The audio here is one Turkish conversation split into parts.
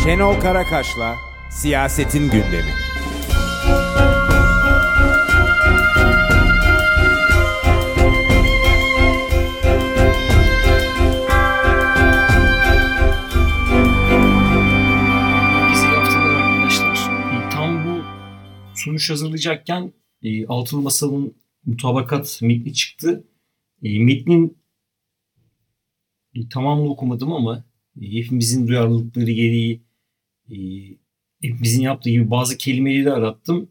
Şenol Karakaş'la Siyasetin Gündemi. Sunuş hazırlayacakken Altılı Masa'nın mutabakat metni çıktı. Metnin tamamını okumadım ama hepimizin duyarlılıkları gereği hepimizin yaptığı gibi bazı kelimeleri arattım.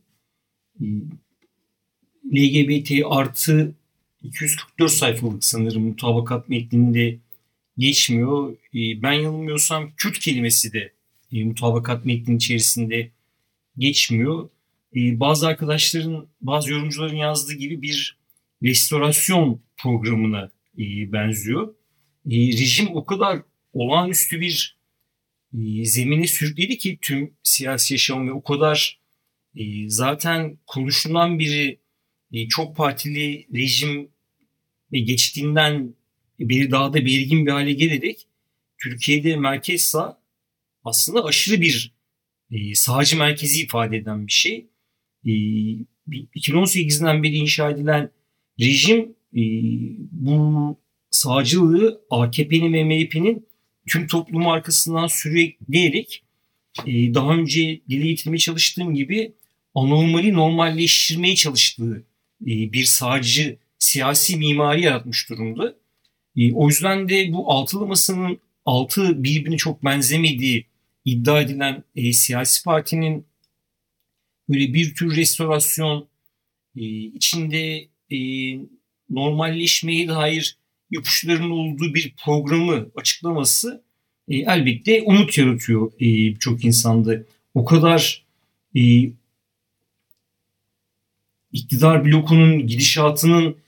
LGBT artı 244 sayfalık sanırım mutabakat metninde geçmiyor. Ben yanılmıyorsam Kürt kelimesi de mutabakat metninin içerisinde geçmiyor. Bazı arkadaşların, bazı yorumcuların yazdığı gibi bir restorasyon programına benziyor. Rejim o kadar olağanüstü bir zemine sürükledi ki tüm siyasi yaşamı ve o kadar zaten kuruluşundan beri çok partili rejim geçtiğinden beri daha da belirgin bir hale gelerek Türkiye'de merkez sağ aslında aşırı bir sağcı merkezi ifade eden bir şey. 2018'den beri inşa edilen rejim bu sağcılığı AKP'nin ve MHP'nin tüm toplumu arkasından sürükleyerek daha önce dile getirmeye çalıştığım gibi anomali normalleştirmeye çalıştığı bir sağcı siyasi mimari yaratmış durumda. O yüzden de bu altılı masanın altı birbirine çok benzemediği iddia edilen siyasi partinin böyle bir tür restorasyon içinde normalleşmeye dair ipuçlarının olduğu bir programı açıklaması elbette umut yaratıyor birçok insanda. O kadar iktidar blokunun gidişatının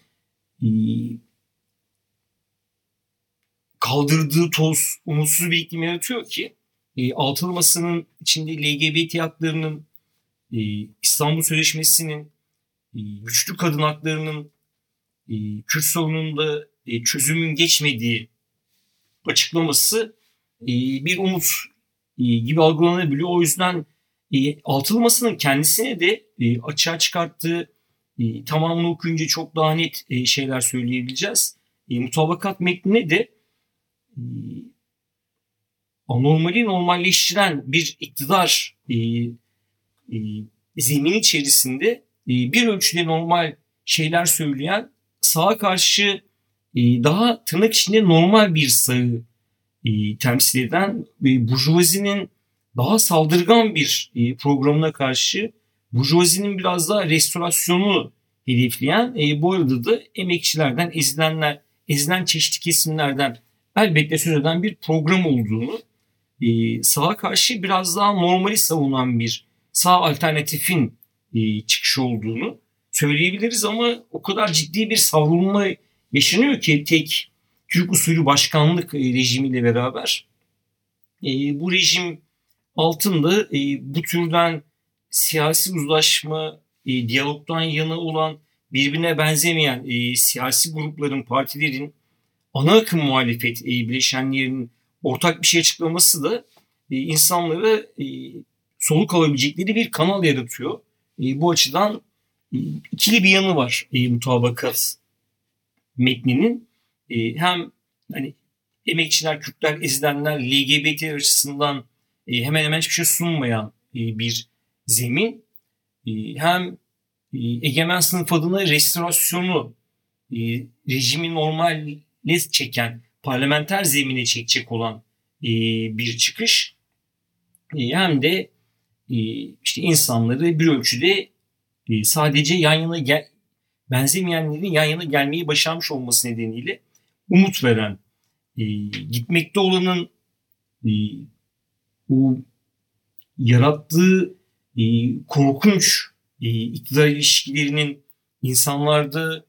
kaldırdığı toz umutsuz bir iklim yaratıyor ki altılı masanın içinde LGBT haklarının, İstanbul Sözleşmesi'nin, güçlü kadın haklarının, Kürt sorununda çözümün geçmediği açıklaması bir umut gibi algılanabiliyor. O yüzden altılı masanın kendisine de açığa çıkarttığı, tamamını okuyunca çok daha net şeyler söyleyebileceğiz. Mutabakat metnine de anomali normalleştiren bir iktidar zemin içerisinde bir ölçüde normal şeyler söyleyen sağa karşı daha tırnak içinde normal bir sağı temsil eden burjuvazinin daha saldırgan bir programına karşı burjuvazinin biraz daha restorasyonu hedefleyen bu arada da emekçilerden ezilen çeşitli kesimlerden elbette söz eden bir program olduğunu, sağa karşı biraz daha normali savunan bir sağ alternatifin çıkışı olduğunu söyleyebiliriz ama o kadar ciddi bir savrulma yaşanıyor ki tek Türk usulü başkanlık rejimiyle beraber bu rejim altında bu türden siyasi uzlaşma, diyalogdan yana olan birbirine benzemeyen siyasi grupların, partilerin, ana akım muhalefet bileşenlerinin ortak bir şey açıklaması da insanlara soluk alabilecekleri bir kanal yaratıyor. Bu açıdan ikili bir yanı var mutabakat metninin. Hem hani emekçiler, Kürtler, ezilenler, LGBT açısından hemen hemen hiçbir şey sunmayan bir zemin. Hem egemen sınıf adına restorasyonu rejimi normale çeken, parlamenter zemine çekecek olan bir çıkış. Hem de işte insanları bir ölçüde sadece yan yana benzemeyenlerin yan yana gelmeyi başarmış olması nedeniyle umut veren, gitmekte olanın o yarattığı korkunç iktidar ilişkilerinin insanlarda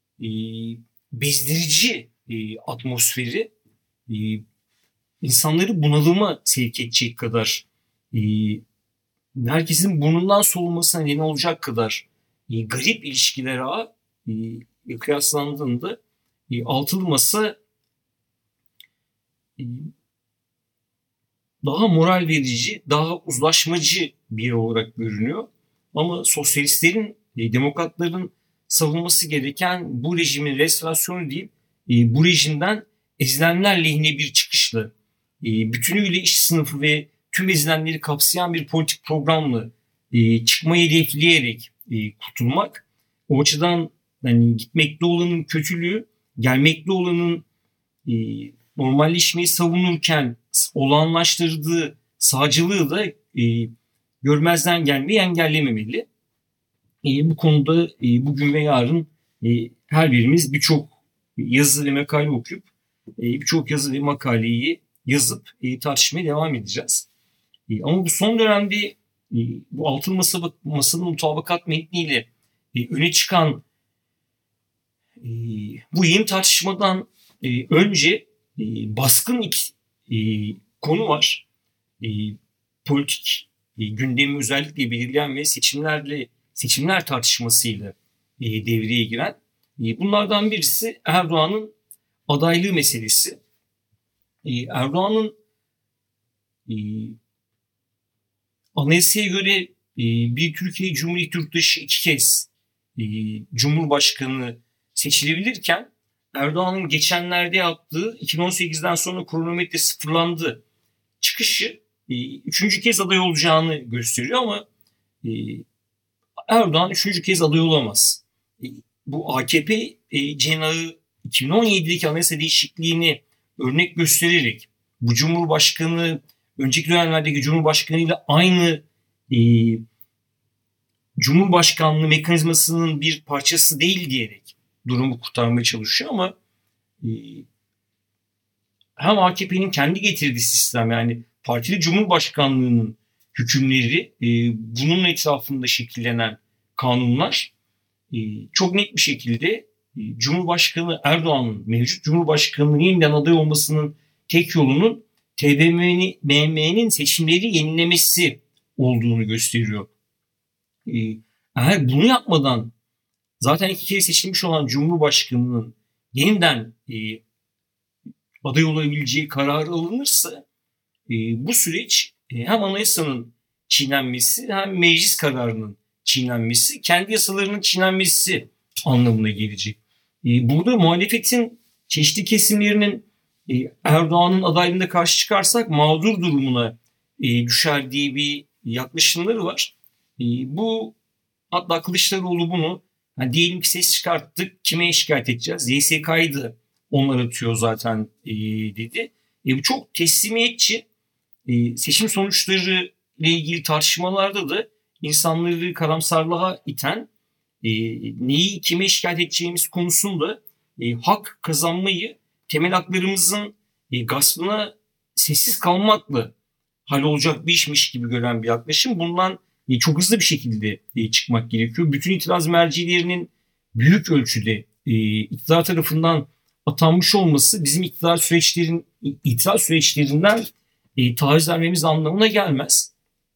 bezdirici atmosferi insanları bunalıma sevk edecek kadar, herkesin burnundan solumasına neden olacak kadar garip ilişkiler ağı kıyaslandığında altılı masa daha moral verici, daha uzlaşmacı bir yer olarak görünüyor. Ama sosyalistlerin, demokratların savunması gereken bu rejimin restorasyonu değil, bu rejimden ezilenler lehine bir çıkışla, bütünüyle iş sınıfı ve tüm ezilenleri kapsayan bir politik programla çıkmayı hedefleyerek kurtulmak. O açıdan yani gitmekte olanın kötülüğü, gelmekte olanın e, normalleşmeyi savunurken olağanlaştırdığı sağcılığı da görmezden gelmeyi engellememeli. Bu konuda bugün ve yarın her birimiz birçok yazı ve makale okuyup birçok yazı ve makaleyi yazıp tartışmaya devam edeceğiz. Ama bu son dönemde bu Altın Masa'nın mutabakat metniyle öne çıkan bu yeni tartışmadan önce baskın iki konu var. Politik gündemi özellikle belirleyen ve seçimler tartışmasıyla devreye giren. Bunlardan birisi Erdoğan'ın adaylığı meselesi. Erdoğan'ın anayasaya göre bir Türkiye Cumhuriyeti yurttaşı 2 kez Cumhurbaşkanı seçilebilirken Erdoğan'ın geçenlerde yaptığı 2018'den sonra kronometre sıfırlandı çıkışı 3. kez aday olacağını gösteriyor ama Erdoğan 3. kez aday olamaz. Bu AKP cenahı 2017'deki anayasa değişikliğini örnek göstererek bu Cumhurbaşkanı önceki dönemlerdeki Cumhurbaşkanı ile aynı Cumhurbaşkanlığı mekanizmasının bir parçası değil diyerek durumu kurtarmaya çalışıyor ama hem AKP'nin kendi getirdiği sistem yani partili Cumhurbaşkanlığının hükümleri bunun etrafında şekillenen kanunlar çok net bir şekilde Cumhurbaşkanı Erdoğan'ın mevcut Cumhurbaşkanı'nın yeniden aday olmasının tek yolunun TBMM'nin seçimleri yenilemesi olduğunu gösteriyor. Eğer bunu yapmadan zaten 2 kere seçilmiş olan Cumhurbaşkanı'nın yeniden aday olabileceği karar alınırsa bu süreç hem anayasanın çiğnenmesi hem meclis kararının çiğnenmesi, kendi yasalarının çiğnenmesi anlamına gelecek. Burada muhalefetin çeşitli kesimlerinin Erdoğan'ın adaylığına karşı çıkarsak mağdur durumuna düşer diye bir yaklaşımları var. Bu hatta Kılıçdaroğlu bunu yani diyelim ki ses çıkarttık kime şikayet edeceğiz? YSK'yı da onlar atıyor zaten dedi. Bu çok teslimiyetçi seçim sonuçları ile ilgili tartışmalarda da insanları karamsarlığa iten neyi kime şikayet edeceğimiz konusunda hak kazanmayı temel haklarımızın gaspına sessiz kalmakla hallolacak bir işmiş gibi gören bir yaklaşım. Bundan çok hızlı bir şekilde çıkmak gerekiyor. Bütün itiraz mercilerinin büyük ölçüde iktidar tarafından atanmış olması bizim itiraz süreçlerinden taviz vermemiz anlamına gelmez.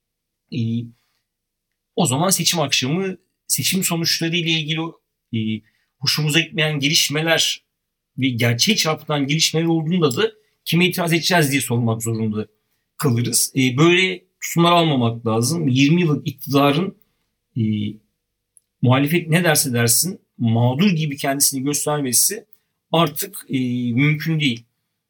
O zaman seçim akşamı seçim sonuçları ile ilgili hoşumuza gitmeyen gelişmeler ve gerçeği çarpıtan gelişmeler olduğunda da kime itiraz edeceğiz diye sormak zorunda kalırız. Böyle tutumlar almamak lazım. 20 yıllık iktidarın muhalefet ne derse dersin mağdur gibi kendisini göstermesi artık mümkün değil.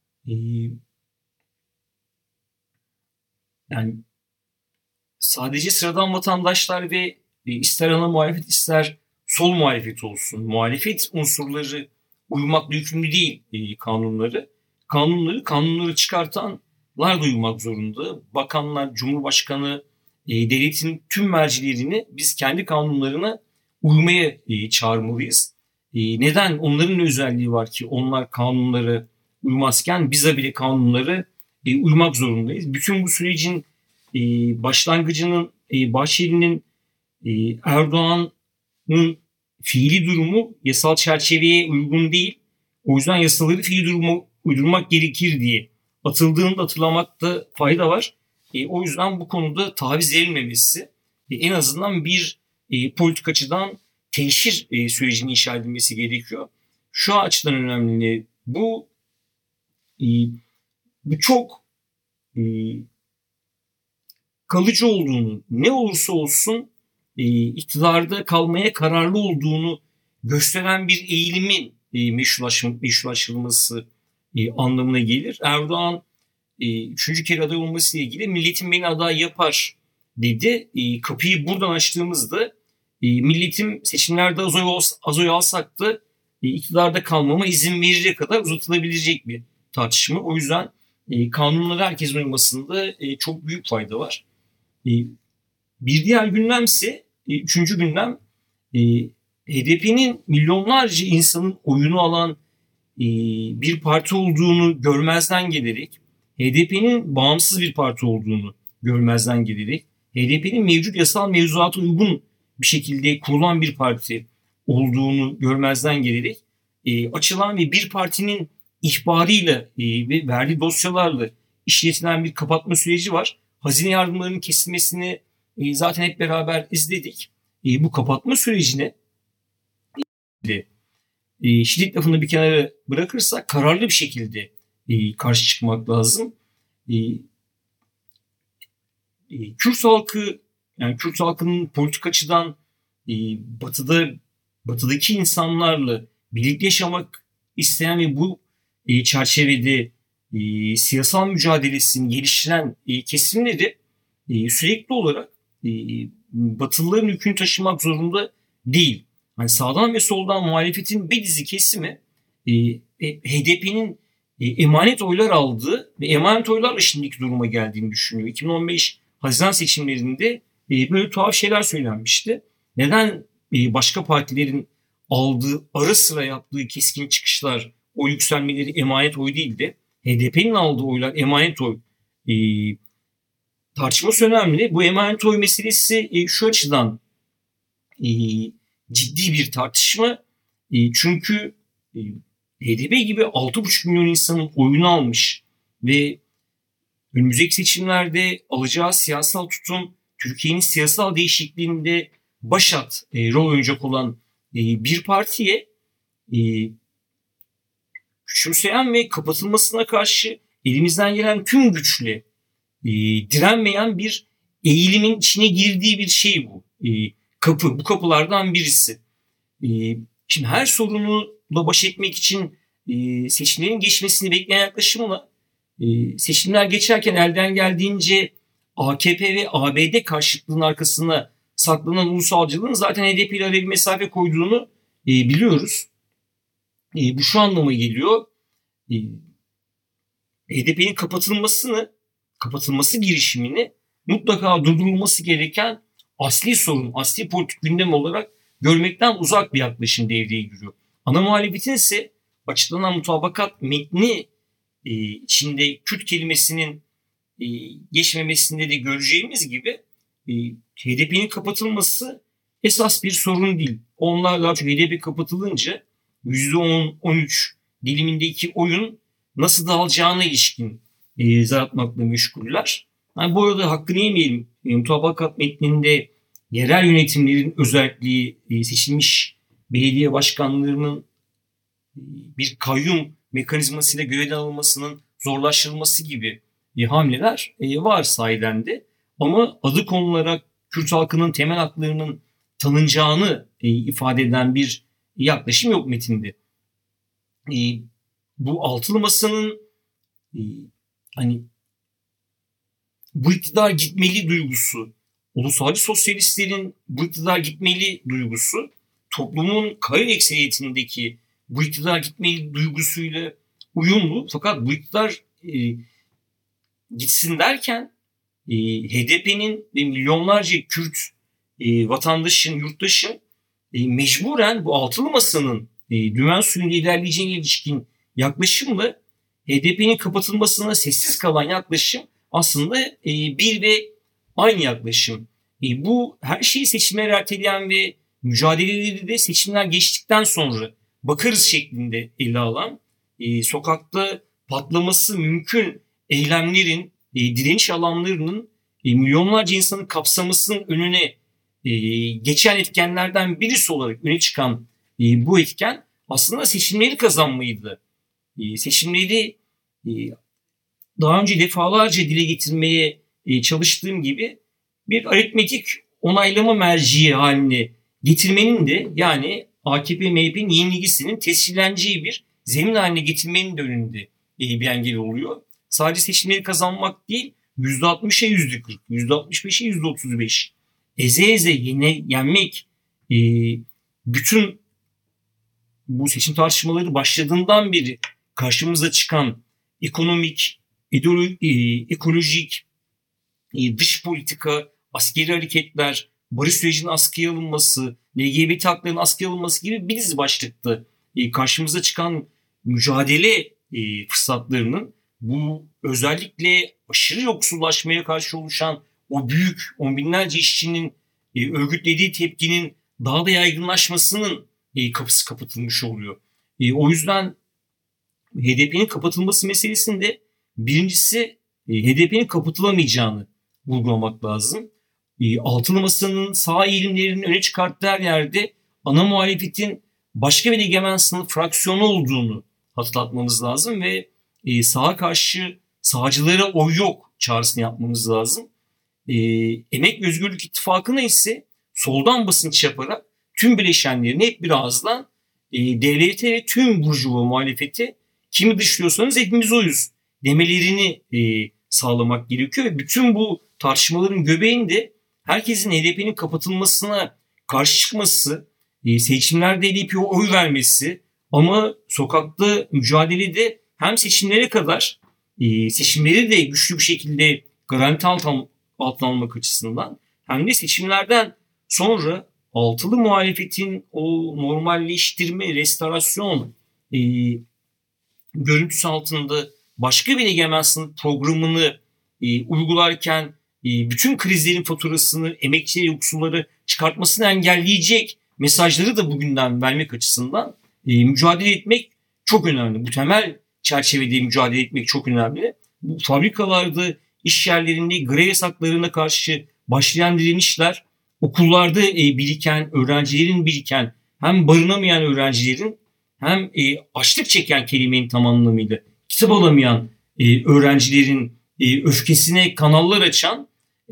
Yani sadece sıradan vatandaşlar ve ister ana muhalefet ister sol muhalefet olsun. Muhalefet unsurları uymakla yükümlü değil kanunları. Kanunları çıkartanlar da uymak zorunda. Bakanlar, Cumhurbaşkanı, devletin tüm mercilerini biz kendi kanunlarına uymaya çağırmalıyız. Neden? Onların özelliği var ki onlar kanunları uymazken bize bile kanunları uymak zorundayız. Bütün bu sürecin başlangıcının Bahçeli'nin Erdoğan'ın fiili durumu yasal çerçeveye uygun değil. O yüzden yasaları fiili durumu uydurmak gerekir diye atıldığını hatırlamakta fayda var. O yüzden bu konuda taviz verilmemesi en azından bir politik açıdan teşhir sürecinin inşa edilmesi gerekiyor. Şu açıdan önemli. Bu çok kalıcı olduğunu, ne olursa olsun iktidarda kalmaya kararlı olduğunu gösteren bir eğilimin meşrulaştırılması anlamına gelir. Erdoğan üçüncü kere aday olmasıyla ilgili milletim beni aday yapar dedi. Kapıyı buradan açtığımızda milletim seçimlerde az oy alsak da iktidarda kalmama izin verecek kadar uzatılabilecek bir tartışma. O yüzden kanunlara herkesin uymasında çok büyük fayda var. Bir diğer gündem ise üçüncü gündem HDP'nin milyonlarca insanın oyunu alan bir parti olduğunu görmezden gelerek, HDP'nin bağımsız bir parti olduğunu görmezden gelerek, HDP'nin mevcut yasal mevzuata uygun bir şekilde kurulan bir parti olduğunu görmezden gelerek açılan ve bir partinin ihbarıyla ve verdiği dosyalarla işletilen bir kapatma süreci var. Hazine yardımlarının kesilmesini zaten hep beraber izledik. Bu kapatma sürecine şiddet lafını bir kenara bırakırsak kararlı bir şekilde karşı çıkmak lazım. Kürt halkı, yani Kürt halkının politik açıdan batıdaki insanlarla birlikte yaşamak isteyen ve bu çerçevede siyasal mücadelesini geliştiren kesimleri sürekli olarak Batılıların yükünü taşımak zorunda değil. Yani sağdan ve soldan muhalefetin bir dizi kesimi HDP'nin emanet oylar aldığı ve emanet oylarla şimdiki duruma geldiğini düşünüyor. 2015 Haziran seçimlerinde böyle tuhaf şeyler söylenmişti. Neden başka partilerin aldığı, ara sıra yaptığı keskin çıkışlar, oy yükselmeleri emanet oy değil de HDP'nin aldığı oylar emanet oy tartışması önemli. Bu emanet oy meselesi şu açıdan ciddi bir tartışma. Çünkü HDP gibi 6,5 milyon insanın oyunu almış ve önümüzdeki seçimlerde alacağı siyasal tutum Türkiye'nin siyasal değişikliğinde başat rol oynayacak olan bir partiye küçümseyen ve kapatılmasına karşı elimizden gelen tüm güçle direnmeyen bir eğilimin içine girdiği bir şey bu. Kapı, bu kapılardan birisi. Şimdi her sorunla baş etmek için seçimlerin geçmesini bekleyen yaklaşımla seçimler geçerken elden geldiğince AKP ve ABD karşıtlığının arkasına saklanan ulusalcılığın zaten HDP ile bir mesafe koyduğunu biliyoruz. Bu şu anlama geliyor. HDP'nin kapatılması girişimini mutlaka durdurulması gereken asli sorun, asli politik gündem olarak görmekten uzak bir yaklaşım devreye giriyor. Ana muhalefetin ise açıklanan mutabakat metni içinde Kürt kelimesinin geçmemesinde de göreceğimiz gibi HDP'nin kapatılması esas bir sorun değil. Onlar daha çok HDP kapatılınca %10-13 dilimindeki oyun nasıl dağılacağına ilişkin zar atmakla meşguller. Yani bu arada hakkını yemeyelim. Mutabakat metninde yerel yönetimlerin özelliği, seçilmiş belediye başkanlarının bir kayyum mekanizmasıyla görevden alınmasının zorlaştırılması gibi hamleler var sahiden de. Ama adı konularak Kürt halkının temel haklarının tanınacağını ifade eden bir yaklaşım yok metinde. Bu altılı masanın hani bu iktidar gitmeli duygusu, ulusalcı sosyalistlerin bu iktidar gitmeli duygusu, toplumun kayı ekseriyetindeki bu iktidar gitmeli duygusuyla uyumlu. Fakat bu iktidar gitsin derken HDP'nin ve milyonlarca Kürt vatandaşın, yurttaşın mecburen bu altılı masanın dümen suyunda ilerleyeceğine ilişkin yaklaşımla HDP'nin kapatılmasına sessiz kalan yaklaşım aslında bir ve aynı yaklaşım. Bu her şeyi seçimler erteleyen ve mücadeleleri de seçimler geçtikten sonra bakarız şeklinde ele alan, sokakta patlaması mümkün eylemlerin, direniş alanlarının milyonlarca insanın kapsamasının önüne geçen etkenlerden birisi olarak öne çıkan bu etken aslında seçimleri kazanmaydı. Seçimleri daha önce defalarca dile getirmeye çalıştığım gibi bir aritmetik onaylama merciği haline getirmenin de, yani AKP-MHP'nin yenilgisinin tescilleneceği bir zemin haline getirmenin de önünde bir engel oluyor. Sadece seçimleri kazanmak değil, %60'a %40, %65'e %35 eze eze yenmek, bütün bu seçim tartışmaları başladığından beri karşımıza çıkan ekonomik, ekolojik, dış politika, askeri hareketler, barış sürecinin askıya alınması, LGBT haklarının askıya alınması gibi bir dizi başlıkta karşımıza çıkan mücadele fırsatlarının, bu özellikle aşırı yoksullaşmaya karşı oluşan o büyük on binlerce işçinin örgütlediği tepkinin daha da yaygınlaşmasının kapısı kapatılmış oluyor. O yüzden HDP'nin kapatılması meselesinde birincisi HDP'nin kapatılamayacağını vurgulamak lazım. Altılı Masa'nın sağ eğilimlerinin öne çıkarttığı her yerde ana muhalefetin başka bir egemen sınıf fraksiyonu olduğunu hatırlatmamız lazım ve sağa karşı sağcılara oy yok çağrısını yapmamız lazım. Emek ve Özgürlük İttifakı'na ise soldan basınç yaparak tüm bileşenlerini hep bir ağızdan devlete ve tüm burjuva muhalefeti, kimi dışlıyorsanız hepimiz oyuz demelerini sağlamak gerekiyor ve bütün bu tartışmaların göbeğinde herkesin HDP'nin kapatılmasına karşı çıkması, seçimlerde HDP'ye oy vermesi ama sokakta mücadelede hem seçimlere kadar seçimleri de güçlü bir şekilde garanti altına almak açısından hem de seçimlerden sonra altılı muhalefetin o normalleştirme, restorasyon görüntüsü altında başka bir egemen sınıf programını uygularken bütün krizlerin faturasını emekçileri, yoksulları çıkartmasını engelleyecek mesajları da bugünden vermek açısından mücadele etmek çok önemli. Bu temel çerçevede mücadele etmek çok önemli. Bu fabrikalarda, iş yerlerinde grev yasaklarına karşı başlayan direnişler, okullarda öğrencilerin hem barınamayan öğrencilerin hem açlık çeken, kelimenin tam anlamıyla kitap alamayan öğrencilerin öfkesine kanallar açan,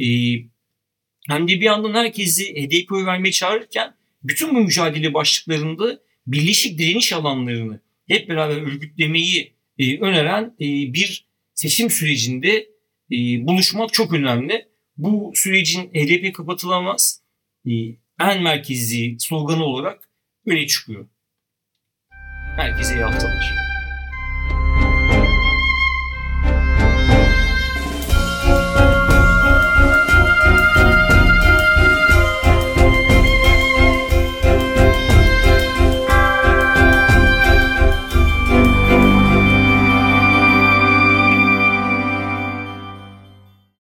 hem de bir yandan herkesi HDP'ye oy vermeye çağırırken bütün bu mücadele başlıklarında birleşik direniş alanlarını hep beraber örgütlemeyi öneren bir seçim sürecinde buluşmak çok önemli. Bu sürecin HDP kapatılamaz en merkezi sloganı olarak öne çıkıyor. Herkese iyi haftalar.